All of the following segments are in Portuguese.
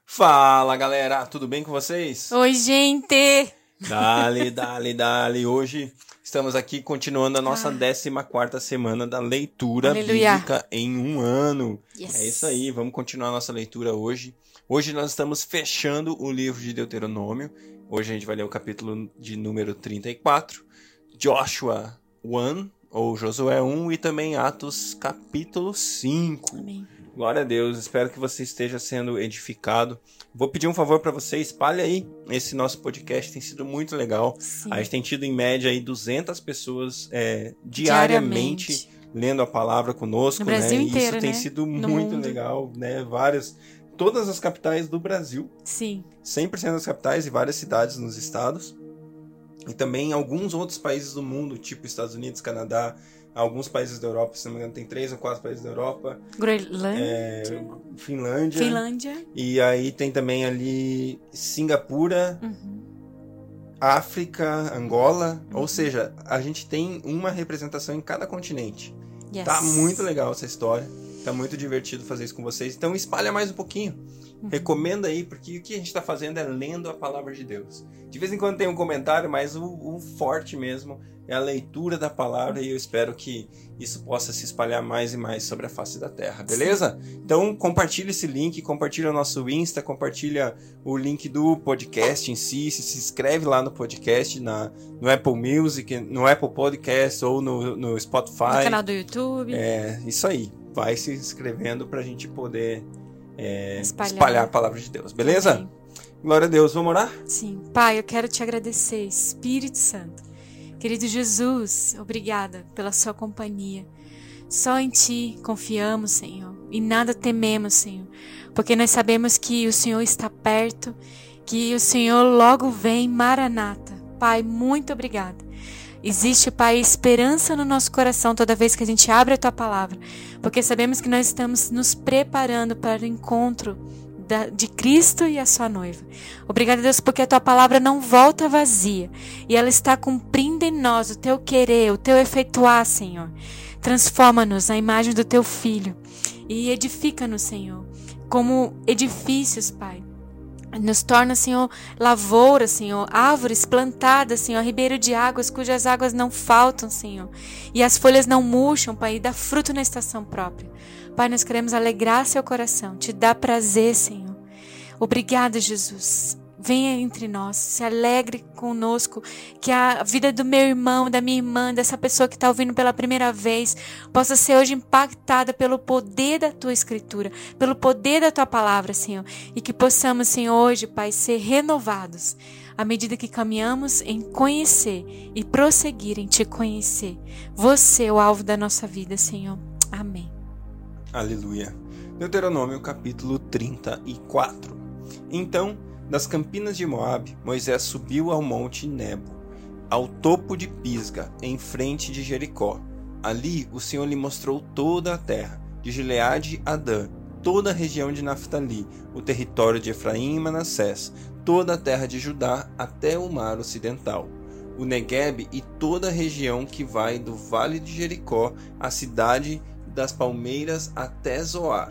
Fala, galera, tudo bem com vocês? Oi, gente! Dale. Hoje estamos aqui continuando a nossa 14ª semana da leitura Aleluia. bíblica em um ano. Yes. É isso aí, vamos continuar a nossa leitura hoje. Hoje nós estamos fechando o livro de Deuteronômio. Hoje a gente vai ler o capítulo de número 34, Joshua 1, ou Josué 1, e também Atos capítulo 5. Amém. Glória a Deus, espero que você esteja sendo edificado. Vou pedir um favor para você, espalhe aí esse nosso podcast, tem sido muito legal. Sim. A gente tem tido em média aí 200 pessoas diariamente lendo a palavra conosco. No Brasil inteiro, Isso tem né? sido No muito mundo. legal, né? Todas as capitais do Brasil, Sim. 100% das capitais e várias cidades nos estados. E também em alguns outros países do mundo, tipo Estados Unidos, Canadá, alguns países da Europa, se não me engano, tem 3 ou 4 países da Europa. Groenlândia. Finlândia. E aí tem também ali Singapura, África, Angola. Ou seja, a gente tem uma representação em cada continente. Yes. Tá muito legal essa história. Tá muito divertido fazer isso com vocês. Então espalha mais um pouquinho. Recomenda aí, porque o que a gente tá fazendo é lendo a palavra de Deus. De vez em quando tem um comentário, mas o forte mesmo é a leitura da palavra, e eu espero que isso possa se espalhar mais e mais sobre a face da terra, beleza? Sim. Então compartilha esse link, compartilha o nosso Insta, compartilha o link do podcast em si, se inscreve lá no podcast, no Apple Music, no Apple Podcast ou no Spotify. No canal do YouTube. É, isso aí. Vai se inscrevendo pra gente poder espalhar a palavra de Deus, beleza? Amém. Glória a Deus, vamos orar? Sim. Pai, eu quero te agradecer, Espírito Santo. Querido Jesus, obrigada pela sua companhia. Só em Ti confiamos, Senhor, e nada tememos, Senhor, porque nós sabemos que o Senhor está perto, que o Senhor logo vem, Maranata. Pai, muito obrigada. Existe, Pai, esperança no nosso coração toda vez que a gente abre a Tua palavra, porque sabemos que nós estamos nos preparando para o encontro de Cristo e a sua noiva. Obrigada, Deus, porque a Tua palavra não volta vazia e ela está cumprindo em nós o Teu querer, o Teu efetuar, Senhor. Transforma-nos na imagem do Teu Filho e edifica-nos, Senhor, como edifícios, Pai. Nos torna, Senhor, lavouras, Senhor, árvores plantadas, Senhor, ribeiro de águas, cujas águas não faltam, Senhor, e as folhas não murcham, Pai, e dá fruto na estação própria. Pai, nós queremos alegrar seu coração, te dar prazer, Senhor. Obrigada, Jesus. Venha entre nós, se alegre conosco, que a vida do meu irmão, da minha irmã, dessa pessoa que está ouvindo pela primeira vez, possa ser hoje impactada pelo poder da Tua Escritura, pelo poder da Tua palavra, Senhor. E que possamos, Senhor, hoje, Pai, ser renovados à medida que caminhamos em conhecer e prosseguir em Te conhecer. Você é o alvo da nossa vida, Senhor. Amém. Aleluia. Deuteronômio capítulo 34. Então, das campinas de Moabe, Moisés subiu ao monte Nebo, ao topo de Pisga, em frente de Jericó. Ali o Senhor lhe mostrou toda a terra, de Gileade a Dan, toda a região de Naftali, o território de Efraim e Manassés, toda a terra de Judá até o mar ocidental, o Neguebe e toda a região que vai do vale de Jericó, a cidade das palmeiras até Zoar.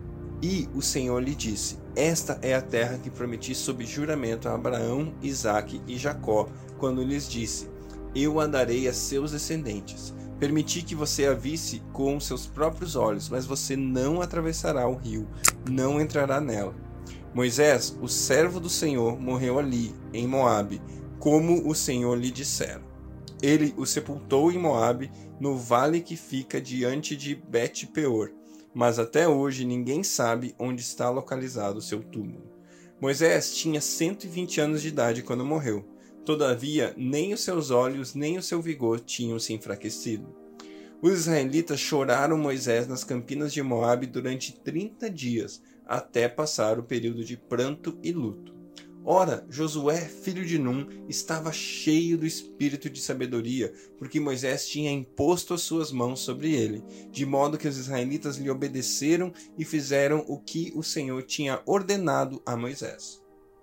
E o Senhor lhe disse: esta é a terra que prometi sob juramento a Abraão, Isaque e Jacó, quando lhes disse: eu a darei a seus descendentes. Permiti que você a visse com seus próprios olhos, mas você não atravessará o rio, não entrará nela. Moisés, o servo do Senhor, morreu ali, em Moabe, como o Senhor lhe dissera. Ele o sepultou em Moabe, no vale que fica diante de Bet-peor. Mas até hoje ninguém sabe onde está localizado o seu túmulo. Moisés tinha 120 anos de idade quando morreu. Todavia, nem os seus olhos nem o seu vigor tinham se enfraquecido. Os israelitas choraram Moisés nas campinas de Moabe durante 30 dias, até passar o período de pranto e luto. Ora, Josué, filho de Num, estava cheio do espírito de sabedoria, porque Moisés tinha imposto as suas mãos sobre ele, de modo que os israelitas lhe obedeceram e fizeram o que o Senhor tinha ordenado a Moisés.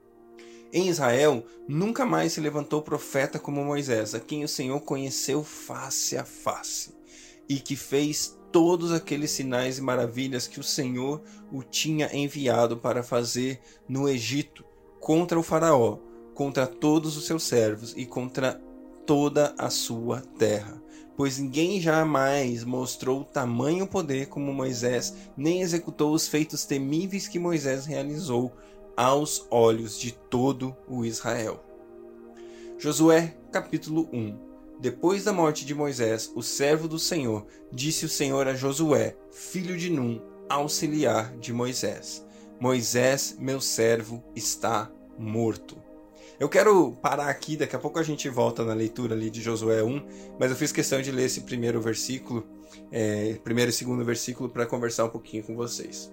Em Israel, nunca mais se levantou profeta como Moisés, a quem o Senhor conheceu face a face, e que fez todos aqueles sinais e maravilhas que o Senhor o tinha enviado para fazer no Egito, contra o faraó, contra todos os seus servos e contra toda a sua terra. Pois ninguém jamais mostrou tamanho poder como Moisés, nem executou os feitos temíveis que Moisés realizou aos olhos de todo o Israel. Josué, capítulo 1. Depois da morte de Moisés, o servo do Senhor, disse o Senhor a Josué, filho de Num, auxiliar de Moisés: Moisés, meu servo, está morto. Eu quero parar aqui, daqui a pouco a gente volta na leitura ali de Josué 1, mas eu fiz questão de ler esse primeiro versículo, primeiro e segundo versículo, para conversar um pouquinho com vocês.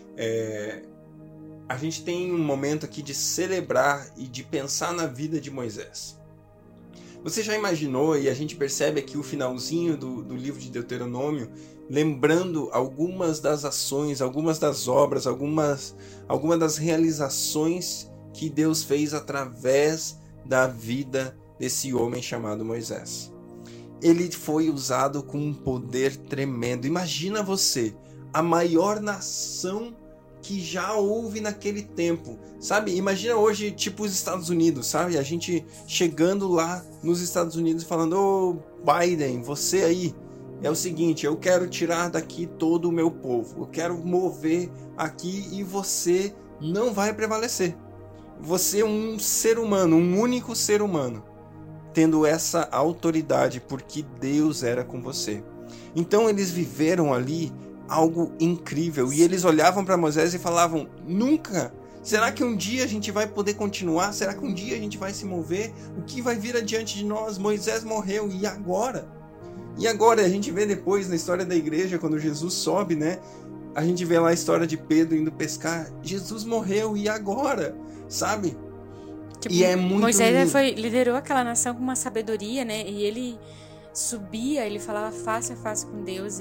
A gente tem um momento aqui de celebrar e de pensar na vida de Moisés. Você já imaginou, e a gente percebe aqui o finalzinho do livro de Deuteronômio, lembrando algumas das ações, algumas das obras, algumas das realizações que Deus fez através da vida desse homem chamado Moisés. Ele foi usado com um poder tremendo. Imagina você, a maior nação que já houve naquele tempo, sabe? Imagina hoje, tipo os Estados Unidos, sabe? A gente chegando lá nos Estados Unidos e falando: ô Biden, você aí, é o seguinte, eu quero tirar daqui todo o meu povo, eu quero mover aqui e você não vai prevalecer. Você é um ser humano, um único ser humano, tendo essa autoridade porque Deus era com você. Então eles viveram ali algo incrível, e eles olhavam para Moisés e falavam: nunca, será que um dia a gente vai poder continuar? Será que um dia a gente vai se mover? O que vai vir adiante de nós? Moisés morreu, e agora? E agora a gente vê depois na história da igreja, quando Jesus sobe, né? A gente vê lá a história de Pedro indo pescar. Jesus morreu, e agora? Sabe? Tipo, e é muito Moisés liderou aquela nação com uma sabedoria, né? E ele subia, ele falava face a face com Deus,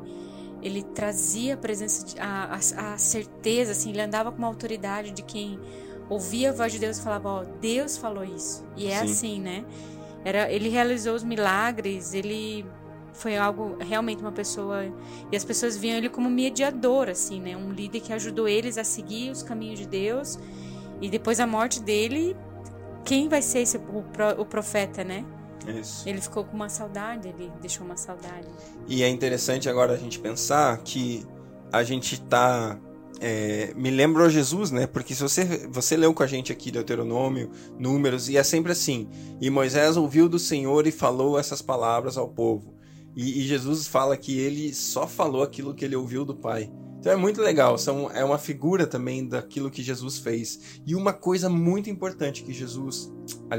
ele trazia a presença, a certeza, assim, ele andava com uma autoridade de quem ouvia a voz de Deus e falava: ó, Deus falou isso. E é Sim. assim, né? Ele realizou os milagres, ele foi algo, realmente uma pessoa, e as pessoas viam ele como mediador, assim, né? Um líder que ajudou eles a seguir os caminhos de Deus. E depois da morte dele, quem vai ser o profeta, né? Isso. Ele ficou com uma saudade, ele deixou uma saudade. E é interessante agora a gente pensar que a gente tá... me lembrou Jesus, né? Porque se você leu com a gente aqui Deuteronômio, Números, e é sempre assim: e Moisés ouviu do Senhor e falou essas palavras ao povo. E Jesus fala que ele só falou aquilo que ele ouviu do Pai. Então é muito legal, é uma figura também daquilo que Jesus fez. E uma coisa muito importante que Jesus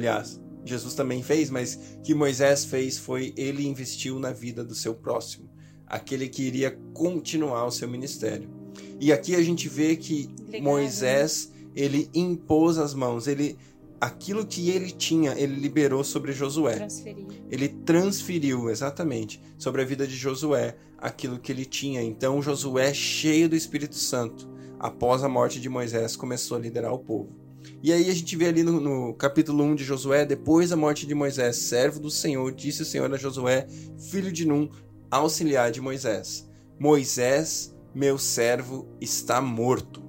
também fez, mas que Moisés fez, foi ele investiu na vida do seu próximo, aquele que iria continuar o seu ministério. E aqui a gente vê que Moisés, ele impôs as mãos, aquilo que ele tinha, ele liberou sobre Josué. Ele transferiu, exatamente, sobre a vida de Josué aquilo que ele tinha. Então Josué, cheio do Espírito Santo, após a morte de Moisés, começou a liderar o povo. E aí a gente vê ali no capítulo 1 de Josué: depois da morte de Moisés, servo do Senhor, disse o Senhor a Josué, filho de Num, auxiliar de Moisés: Moisés, meu servo, está morto.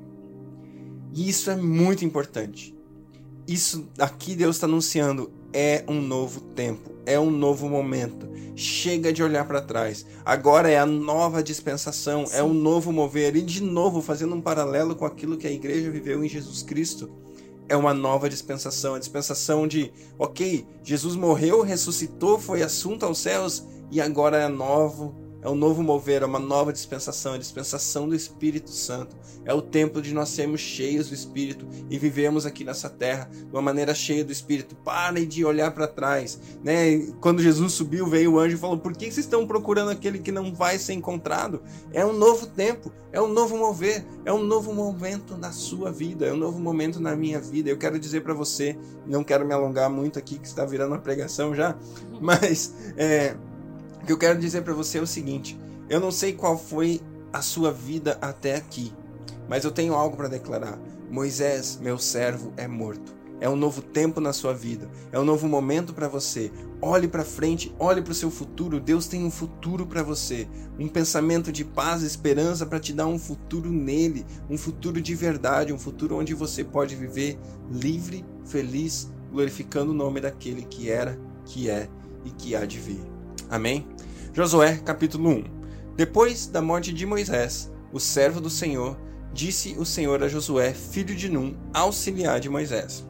E isso é muito importante. Isso aqui Deus está anunciando: é um novo tempo, é um novo momento. Chega de olhar para trás. Agora é a nova dispensação, sim, é um novo mover. E de novo, fazendo um paralelo com aquilo que a igreja viveu em Jesus Cristo, é uma nova dispensação. A dispensação de, ok, Jesus morreu, ressuscitou, foi assunto aos céus, e agora é um novo mover, é uma nova dispensação, a dispensação do Espírito Santo. É o tempo de nós sermos cheios do Espírito e vivemos aqui nessa terra de uma maneira cheia do Espírito. Parem de olhar para trás, né? Quando Jesus subiu, veio o anjo e falou: por que vocês estão procurando aquele que não vai ser encontrado? É um novo tempo, é um novo mover, é um novo momento na sua vida, é um novo momento na minha vida. Eu quero dizer para você, não quero me alongar muito aqui, que está virando uma pregação já, mas o que eu quero dizer para você é o seguinte: eu não sei qual foi a sua vida até aqui, mas eu tenho algo para declarar. Moisés, meu servo, é morto. É um novo tempo na sua vida. É um novo momento para você. Olhe para frente, olhe para o seu futuro. Deus tem um futuro para você. Um pensamento de paz e esperança para te dar um futuro nele. Um futuro de verdade. Um futuro onde você pode viver livre, feliz, glorificando o nome daquele que era, que é e que há de vir. Amém? Josué, capítulo 1. Depois da morte de Moisés, o servo do Senhor, disse o Senhor a Josué, filho de Num, auxiliar de Moisés: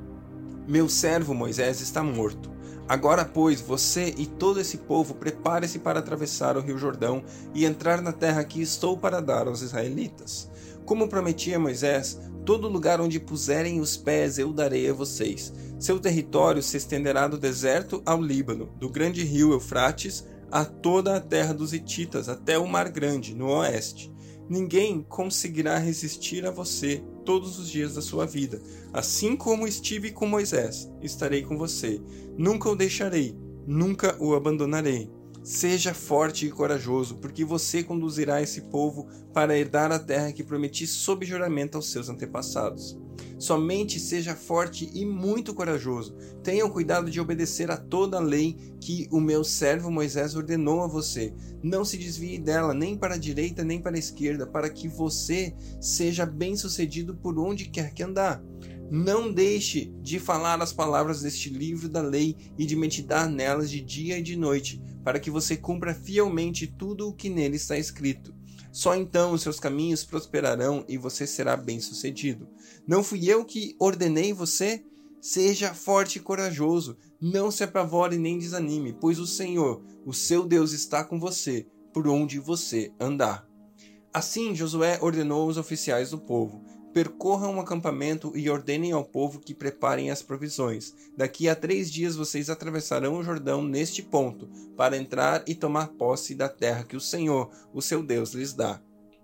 Meu servo Moisés está morto. Agora, pois, você e todo esse povo prepare-se para atravessar o rio Jordão e entrar na terra que estou para dar aos israelitas. Como prometi a Moisés, todo lugar onde puserem os pés eu darei a vocês. Seu território se estenderá do deserto ao Líbano, do grande rio Eufrates a toda a terra dos hititas, até o Mar Grande, no oeste. Ninguém conseguirá resistir a você todos os dias da sua vida. Assim como estive com Moisés, estarei com você. Nunca o deixarei, nunca o abandonarei. Seja forte e corajoso, porque você conduzirá esse povo para herdar a terra que prometi sob juramento aos seus antepassados. Somente seja forte e muito corajoso. Tenha o cuidado de obedecer a toda a lei que o meu servo Moisés ordenou a você. Não se desvie dela, nem para a direita nem para a esquerda, para que você seja bem-sucedido por onde quer que andar. Não deixe de falar as palavras deste livro da lei e de meditar nelas de dia e de noite, para que você cumpra fielmente tudo o que nele está escrito. Só então os seus caminhos prosperarão e você será bem-sucedido. Não fui eu que ordenei você? Seja forte e corajoso, não se apavore nem desanime, pois o Senhor, o seu Deus, está com você, por onde você andar. Assim Josué ordenou aos oficiais do povo: percorram o acampamento e ordenem ao povo que preparem as provisões. Daqui a 3 dias vocês atravessarão o Jordão neste ponto, para entrar e tomar posse da terra que o Senhor, o seu Deus, lhes dá.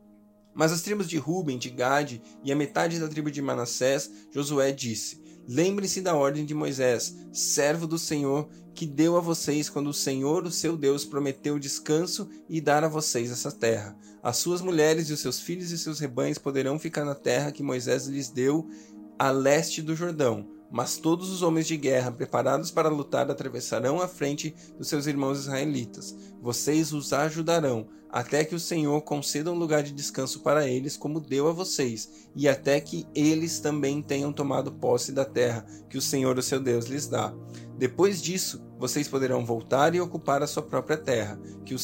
Mas as tribos de Ruben, de Gade e a metade da tribo de Manassés, Josué disse: lembre-se da ordem de Moisés, servo do Senhor, que deu a vocês quando o Senhor, o seu Deus, prometeu descanso e dar a vocês essa terra. As suas mulheres e os seus filhos e seus rebanhos poderão ficar na terra que Moisés lhes deu a leste do Jordão, mas todos os homens de guerra preparados para lutar atravessarão a frente dos seus irmãos israelitas. Vocês os ajudarão, até que o Senhor conceda um lugar de descanso para eles, como deu a vocês, e até que eles também tenham tomado posse da terra que o Senhor, o seu Deus, lhes dá. Depois disso, vocês poderão voltar e ocupar a sua própria terra,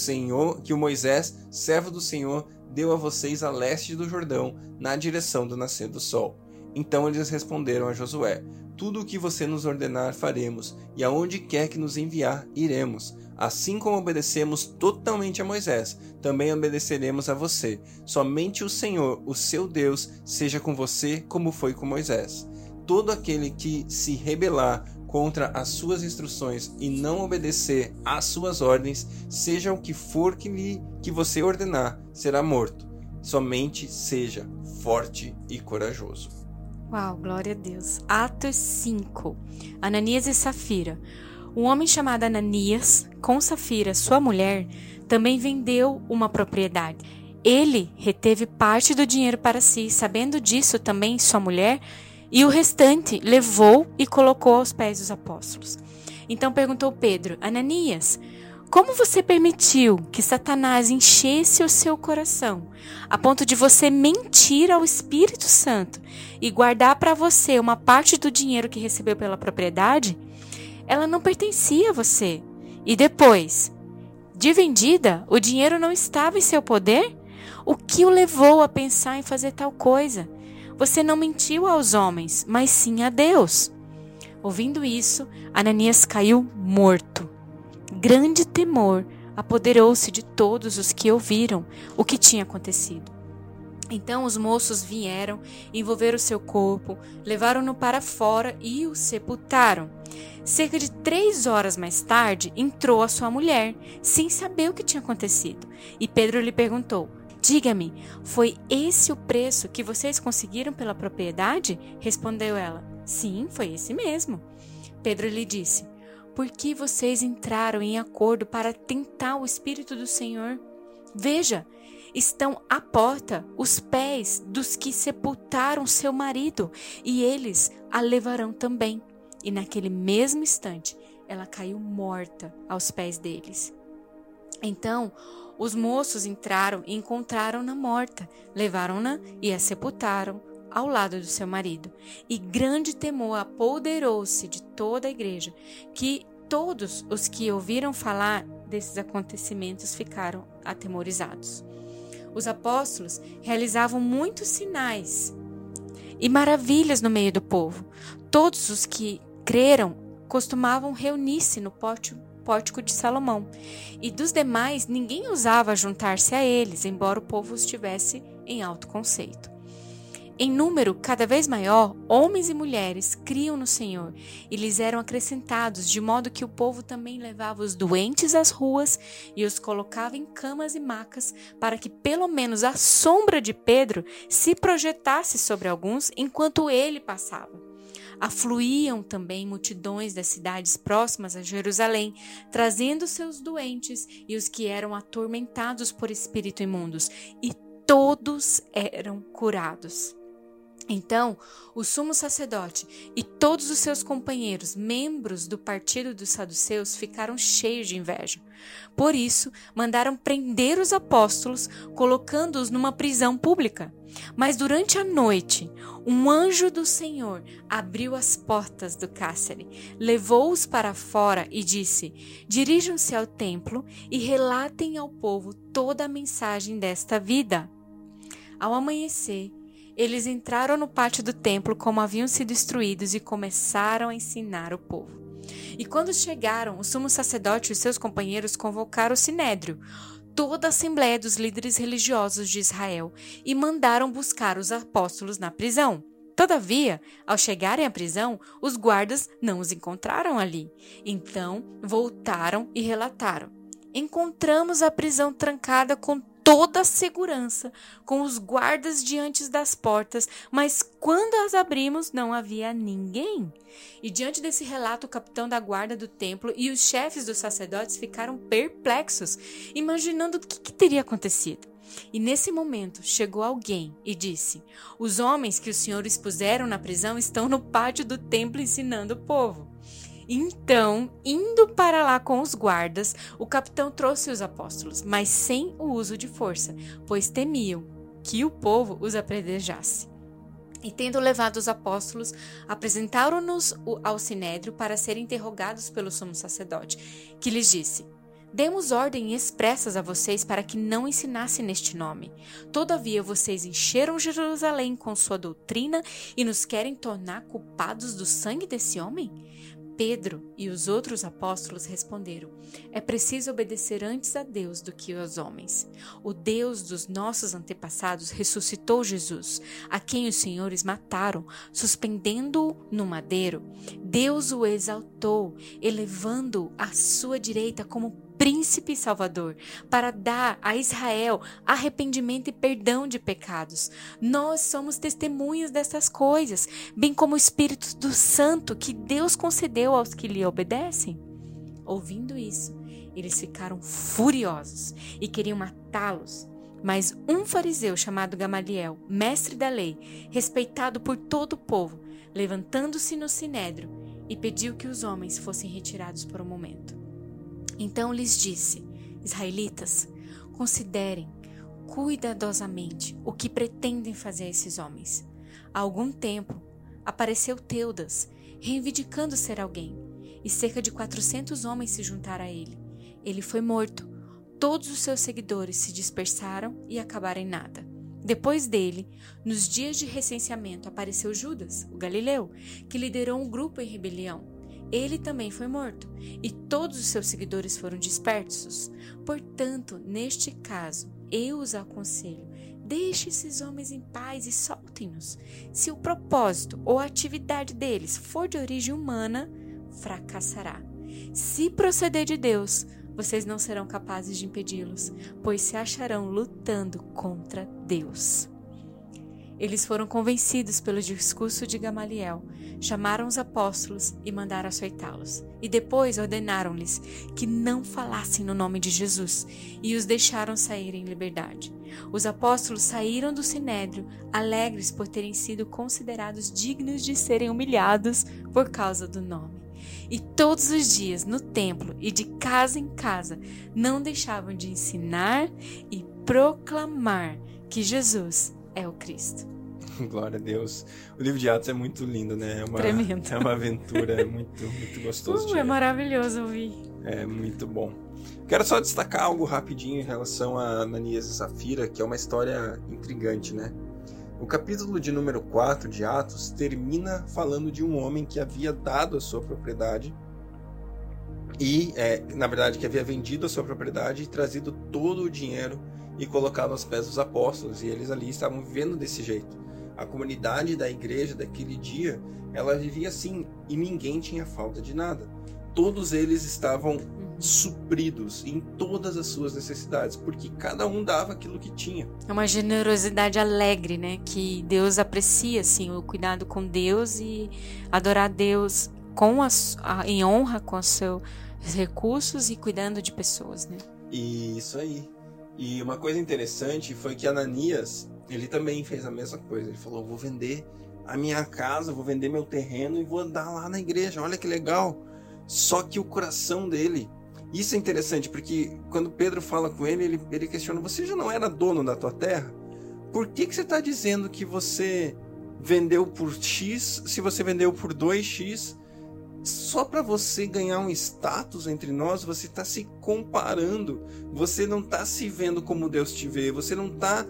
que o Moisés, servo do Senhor, deu a vocês a leste do Jordão, na direção do nascer do sol. Então eles responderam a Josué: tudo o que você nos ordenar faremos, e aonde quer que nos enviar, iremos. Assim como obedecemos totalmente a Moisés, também obedeceremos a você. Somente o Senhor, o seu Deus, seja com você como foi com Moisés. Todo aquele que se rebelar contra as suas instruções e não obedecer às suas ordens, seja o que for que você ordenar, será morto. Somente seja forte e corajoso. Uau, glória a Deus. Atos 5. Ananias e Safira. Um homem chamado Ananias, com Safira, sua mulher, também vendeu uma propriedade. Ele reteve parte do dinheiro para si, sabendo disso também sua mulher, e o restante levou e colocou aos pés dos apóstolos. Então perguntou Pedro: Ananias, como você permitiu que Satanás enchesse o seu coração, a ponto de você mentir ao Espírito Santo e guardar para você uma parte do dinheiro que recebeu pela propriedade? Ela não pertencia a você. E depois, de vendida, o dinheiro não estava em seu poder? O que o levou a pensar em fazer tal coisa? Você não mentiu aos homens, mas sim a Deus. Ouvindo isso, Ananias caiu morto. Grande temor apoderou-se de todos os que ouviram o que tinha acontecido. Então os moços vieram, envolveram seu corpo, levaram-no para fora e o sepultaram. Cerca de 3 horas mais tarde, entrou a sua mulher, sem saber o que tinha acontecido. E Pedro lhe perguntou: diga-me, foi esse o preço que vocês conseguiram pela propriedade? Respondeu ela: sim, foi esse mesmo. Pedro lhe disse: por que vocês entraram em acordo para tentar o Espírito do Senhor? Veja, estão à porta os pés dos que sepultaram seu marido, e eles a levarão também. E naquele mesmo instante, ela caiu morta aos pés deles. Então, os moços entraram e encontraram-na morta, levaram-na e a sepultaram ao lado do seu marido. E grande temor apoderou-se de toda a igreja, que todos os que ouviram falar desses acontecimentos ficaram atemorizados. Os apóstolos realizavam muitos sinais e maravilhas no meio do povo. Todos os que creram costumavam reunir-se no pórtico de Salomão, e dos demais ninguém ousava juntar-se a eles, embora o povo estivesse em alto conceito. Em número cada vez maior, homens e mulheres criam no Senhor, e lhes eram acrescentados, de modo que o povo também levava os doentes às ruas e os colocava em camas e macas, para que pelo menos a sombra de Pedro se projetasse sobre alguns enquanto ele passava. Afluíam também multidões das cidades próximas a Jerusalém, trazendo seus doentes e os que eram atormentados por espíritos imundos, e todos eram curados. Então, o sumo sacerdote e todos os seus companheiros, membros do partido dos saduceus, ficaram cheios de inveja. Por isso, mandaram prender os apóstolos, colocando-os numa prisão pública. Mas durante a noite, um anjo do Senhor abriu as portas do cárcere, levou-os para fora e disse: dirijam-se ao templo e relatem ao povo toda a mensagem desta vida. Ao amanhecer, eles entraram no pátio do templo como haviam sido instruídos e começaram a ensinar o povo. E quando chegaram, o sumo sacerdote e os seus companheiros convocaram o sinédrio, toda a assembleia dos líderes religiosos de Israel, e mandaram buscar os apóstolos na prisão. Todavia, ao chegarem à prisão, os guardas não os encontraram ali. Então, voltaram e relataram: encontramos a prisão trancada com toda a segurança, com os guardas diante das portas, mas quando as abrimos não havia ninguém. E diante desse relato, o capitão da guarda do templo e os chefes dos sacerdotes ficaram perplexos, imaginando o que teria acontecido. E nesse momento chegou alguém e disse: os homens que o Senhor expuseram na prisão estão no pátio do templo ensinando o povo. Então, indo para lá com os guardas, o capitão trouxe os apóstolos, mas sem o uso de força, pois temiam que o povo os apedrejasse. E tendo levado os apóstolos, apresentaram-nos ao sinédrio para serem interrogados pelo sumo sacerdote, que lhes disse: demos ordem expressas a vocês para que não ensinassem neste nome. Todavia vocês encheram Jerusalém com sua doutrina e nos querem tornar culpados do sangue desse homem? Pedro e os outros apóstolos responderam: é preciso obedecer antes a Deus do que aos homens. O Deus dos nossos antepassados ressuscitou Jesus, a quem os senhores mataram, suspendendo-o no madeiro. Deus o exaltou, elevando-o à sua direita como príncipe e salvador, para dar a Israel arrependimento e perdão de pecados. Nós somos testemunhas dessas coisas, bem como o Espírito do Santo que Deus concedeu aos que lhe obedecem. Ouvindo isso, eles ficaram furiosos e queriam matá-los. Mas um fariseu chamado Gamaliel, mestre da lei, respeitado por todo o povo, levantando-se no sinédrio, e pediu que os homens fossem retirados por um momento. Então lhes disse: israelitas, considerem cuidadosamente o que pretendem fazer a esses homens. Há algum tempo apareceu Teudas, reivindicando ser alguém, e cerca de 400 homens se juntaram a ele. Ele foi morto. Todos os seus seguidores se dispersaram e acabaram em nada. Depois dele, nos dias de recenseamento, apareceu Judas, o galileu, que liderou um grupo em rebelião. Ele também foi morto, e todos os seus seguidores foram dispersos. Portanto, neste caso, eu os aconselho: deixe esses homens em paz e soltem-nos. Se o propósito ou a atividade deles for de origem humana, fracassará. Se proceder de Deus, vocês não serão capazes de impedi-los, pois se acharão lutando contra Deus. Eles foram convencidos pelo discurso de Gamaliel, chamaram os apóstolos e mandaram açoitá-los. E depois ordenaram-lhes que não falassem no nome de Jesus e os deixaram sair em liberdade. Os apóstolos saíram do sinédrio, alegres por terem sido considerados dignos de serem humilhados por causa do nome. E todos os dias, no templo e de casa em casa, não deixavam de ensinar e proclamar que Jesus é o Cristo. Glória a Deus. O livro de Atos é muito lindo, né? Tremendo. É uma aventura muito gostoso de É ler. maravilhoso ouvir. É muito bom. Quero só destacar algo rapidinho em relação a Ananias e Safira, que é uma história intrigante, né? O capítulo de número 4 de Atos termina falando de um homem que havia dado a sua propriedade e, na verdade, que havia vendido a sua propriedade e trazido todo o dinheiro e colocado aos pés dos apóstolos, e eles ali estavam vivendo desse jeito. A comunidade da igreja daquele dia, ela vivia assim, e ninguém tinha falta de nada. Todos eles estavam supridos em todas as suas necessidades, porque cada um dava aquilo que tinha. É uma generosidade alegre, né? Que Deus aprecia, assim, o cuidado com Deus e adorar Deus em honra com os seus recursos e cuidando de pessoas, né? Isso aí. E uma coisa interessante foi que Ananias, ele também fez a mesma coisa. Ele falou, vou vender a minha casa, vou vender meu terreno e vou andar lá na igreja, olha que legal. Só que o coração dele, isso é interessante, porque quando Pedro fala com ele, ele questiona, você já não era dono da tua terra? Por que você está dizendo que você vendeu por X, se você vendeu por 2X? Só para você ganhar um status entre nós, você está se comparando, você não está se vendo como Deus te vê, você não está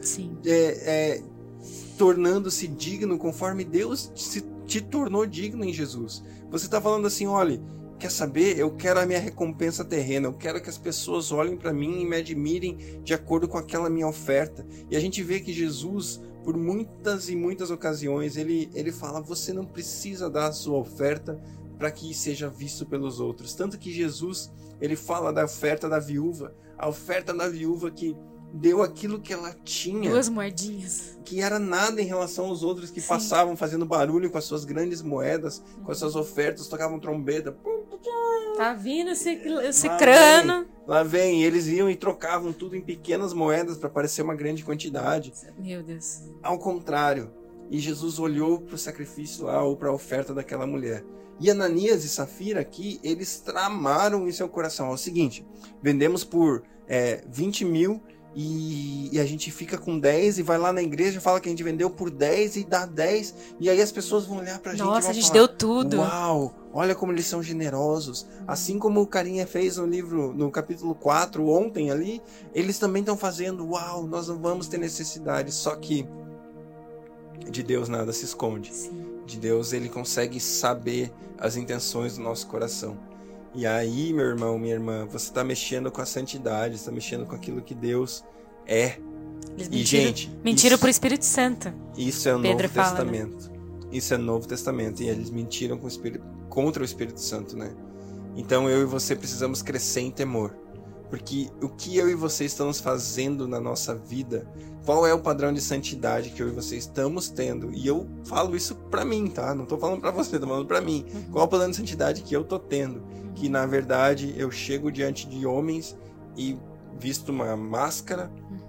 tornando-se digno conforme Deus te tornou digno em Jesus. Você está falando assim, olha, quer saber? Eu quero a minha recompensa terrena, eu quero que as pessoas olhem para mim e me admirem de acordo com aquela minha oferta. E a gente vê que Jesus, por muitas e muitas ocasiões, ele fala, você não precisa dar a sua oferta para que seja visto pelos outros. Tanto que Jesus, ele fala da oferta da viúva, a oferta da viúva que deu aquilo que ela tinha. 2 moedinhas. Que era nada em relação aos outros que passavam fazendo barulho com as suas grandes moedas, com as suas ofertas, tocavam trombeta. Tá vindo esse crânio. Lá vem, eles iam e trocavam tudo em pequenas moedas para parecer uma grande quantidade. Meu Deus. Ao contrário, e Jesus olhou para o sacrifício lá, ou para a oferta daquela mulher. E Ananias e Safira aqui, eles tramaram em seu coração. É o seguinte, vendemos por 20 mil e a gente fica com 10 e vai lá na igreja, fala que a gente vendeu por 10 e dá 10. E aí as pessoas vão olhar pra gente e vão Nossa, a gente falar, deu tudo. Uau, olha como eles são generosos. Assim como o carinha fez no livro, no capítulo 4, ontem ali, eles também estão fazendo, uau, nós não vamos ter necessidade. Só que de Deus nada se esconde. Sim. De Deus, ele consegue saber as intenções do nosso coração. E aí, meu irmão, minha irmã, você está mexendo com a santidade, está mexendo com aquilo que Deus é. Eles mentiram pro Espírito Santo. Isso é o Pedro Novo fala, Testamento. Né? Isso é Novo Testamento. E eles mentiram contra o Espírito Santo, né? Então eu e você precisamos crescer em temor. Porque o que eu e você estamos fazendo na nossa vida, qual é o padrão de santidade que eu e você estamos tendo? E eu falo isso pra mim, tá? Não tô falando pra você, tô falando pra mim. Qual é o padrão de santidade que eu tô tendo? Que na verdade eu chego diante de homens e visto uma máscara,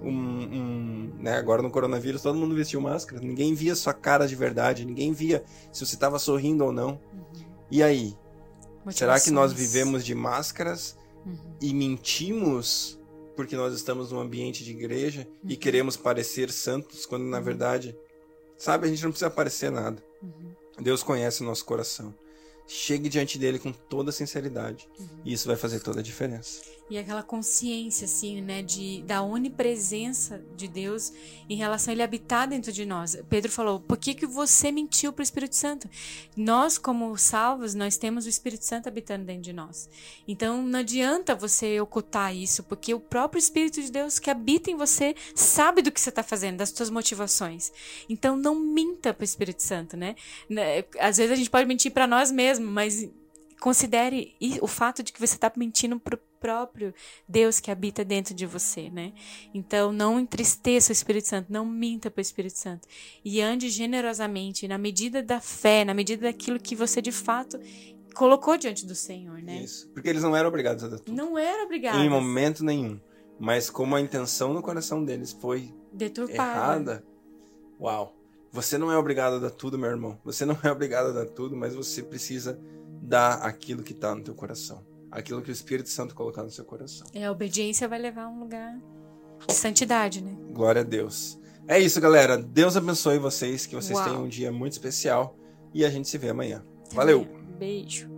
né? Agora no coronavírus todo mundo vestiu máscara, ninguém via sua cara de verdade, ninguém via se você estava sorrindo ou não. E aí? Será que nós vivemos de máscaras e mentimos porque nós estamos num ambiente de igreja e queremos parecer santos, quando na verdade, sabe, a gente não precisa parecer nada. Deus conhece o nosso coração. Chegue diante dele com toda sinceridade. E isso vai fazer toda a diferença. E aquela consciência, assim, né, da onipresença de Deus em relação a ele habitar dentro de nós. Pedro falou, por que você mentiu para o Espírito Santo? Nós, como salvos, nós temos o Espírito Santo habitando dentro de nós. Então, não adianta você ocultar isso, porque o próprio Espírito de Deus que habita em você sabe do que você está fazendo, das suas motivações. Então, não minta para o Espírito Santo, né? Às vezes a gente pode mentir para nós mesmos, mas considere o fato de que você está mentindo próprio Deus que habita dentro de você, né? Então, não entristeça o Espírito Santo, não minta para o Espírito Santo. E ande generosamente, na medida da fé, na medida daquilo que você de fato colocou diante do Senhor, né? Isso, porque eles não eram obrigados a dar tudo. Não era obrigado. Em momento nenhum. Mas como a intenção no coração deles foi deturpada. Errada, uau. Você não é obrigado a dar tudo, meu irmão. Você não é obrigado a dar tudo, mas você precisa dar aquilo que está no teu coração. Aquilo que o Espírito Santo colocar no seu coração. A obediência vai levar a um lugar de santidade, né? Glória a Deus. É isso, galera. Deus abençoe vocês, que vocês tenham um dia muito especial. E a gente se vê amanhã. Valeu! Beijo.